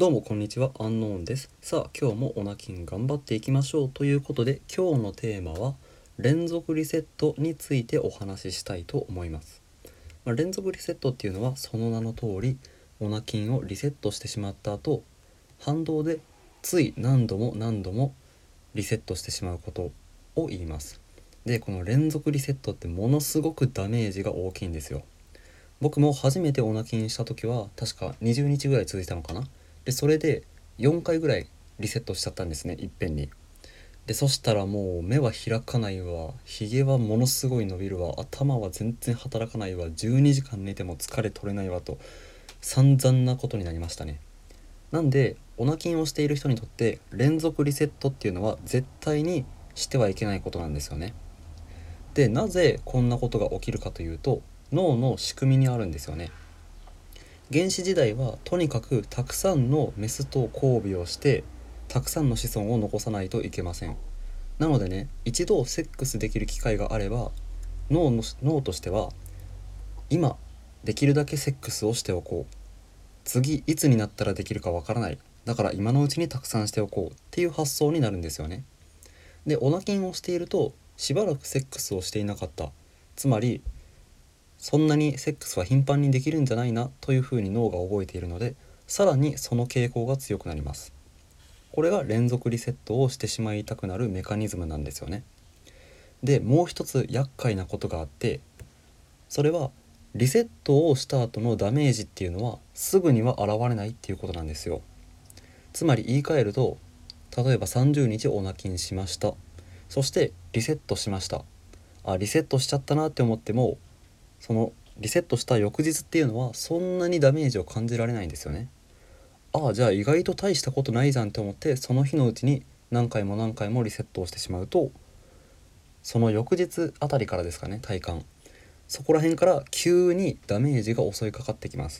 どうもこんにちは、アンノーンです。さあ今日もオナキン頑張っていきましょうということで、今日のテーマは連続リセットについてお話ししたいと思います。連続リセットっていうのはその名の通り、オナキンをリセットしてしまった後、反動でつい何度も何度もリセットしてしまうことを言います。で、この連続リセットってものすごくダメージが大きいんですよ。僕も初めてオナキンした時は確か20日ぐらい続いたのかな。でそれで4回ぐらいリセットしちゃったんですね、いっぺんに。でそしたらもう目は開かないわ、ひげはものすごい伸びるわ、頭は全然働かないわ、12時間寝ても疲れ取れないわと散々なことになりましたね。なんでオナキンをしている人にとって連続リセットっていうのは絶対にしてはいけないことなんですよね。でなぜこんなことが起きるかというと、脳の仕組みにあるんですよね。原始時代はとにかくたくさんのメスと交尾をしてたくさんの子孫を残さないといけません。なのでね、一度セックスできる機会があれば脳としては、今できるだけセックスをしておこう、次いつになったらできるかわからない、だから今のうちにたくさんしておこうっていう発想になるんですよね。でオナキンをしているとしばらくセックスをしていなかった、つまりそんなにセックスは頻繁にできるんじゃないなというふうに脳が覚えているので、さらにその傾向が強くなります。これが連続リセットをしてしまいたくなるメカニズムなんですよね。でもう一つ厄介なことがあって、それはリセットをした後のダメージっていうのはすぐには現れないっていうことなんですよ。つまり言い換えると、例えば30日オナキンしました、そしてリセットしました、リセットしちゃったなって思っても、そのリセットした翌日っていうのはそんなにダメージを感じられないんですよね。じゃあ意外と大したことないじゃんって思ってその日のうちに何回も何回もリセットをしてしまうと、その翌日あたりからですかね、体感そこら辺から急にダメージが襲いかかってきます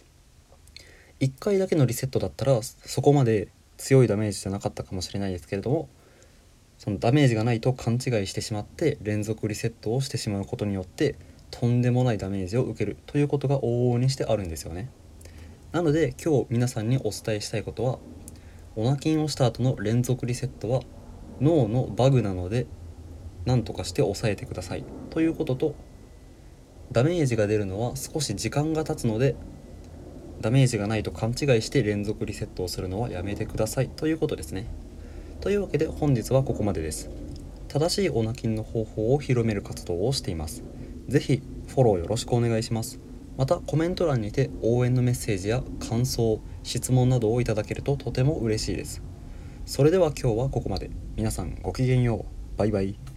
。1回だけのリセットだったらそこまで強いダメージじゃなかったかもしれないですけれども、そのダメージがないと勘違いしてしまって連続リセットをしてしまうことによってとんでもないダメージを受けるということが往々にしてあるんですよね。なので今日皆さんにお伝えしたいことは、オナキンをした後の連続リセットは脳のバグなので何とかして抑えてくださいということと、ダメージが出るのは少し時間が経つのでダメージがないと勘違いして連続リセットをするのはやめてくださいということですね。というわけで本日はここまでです。正しいオナキンの方法を広める活動をしています。ぜひフォローよろしくお願いします。またコメント欄にて応援のメッセージや感想、質問などをいただけるととても嬉しいです。それでは今日はここまで。皆さんごきげんよう。バイバイ。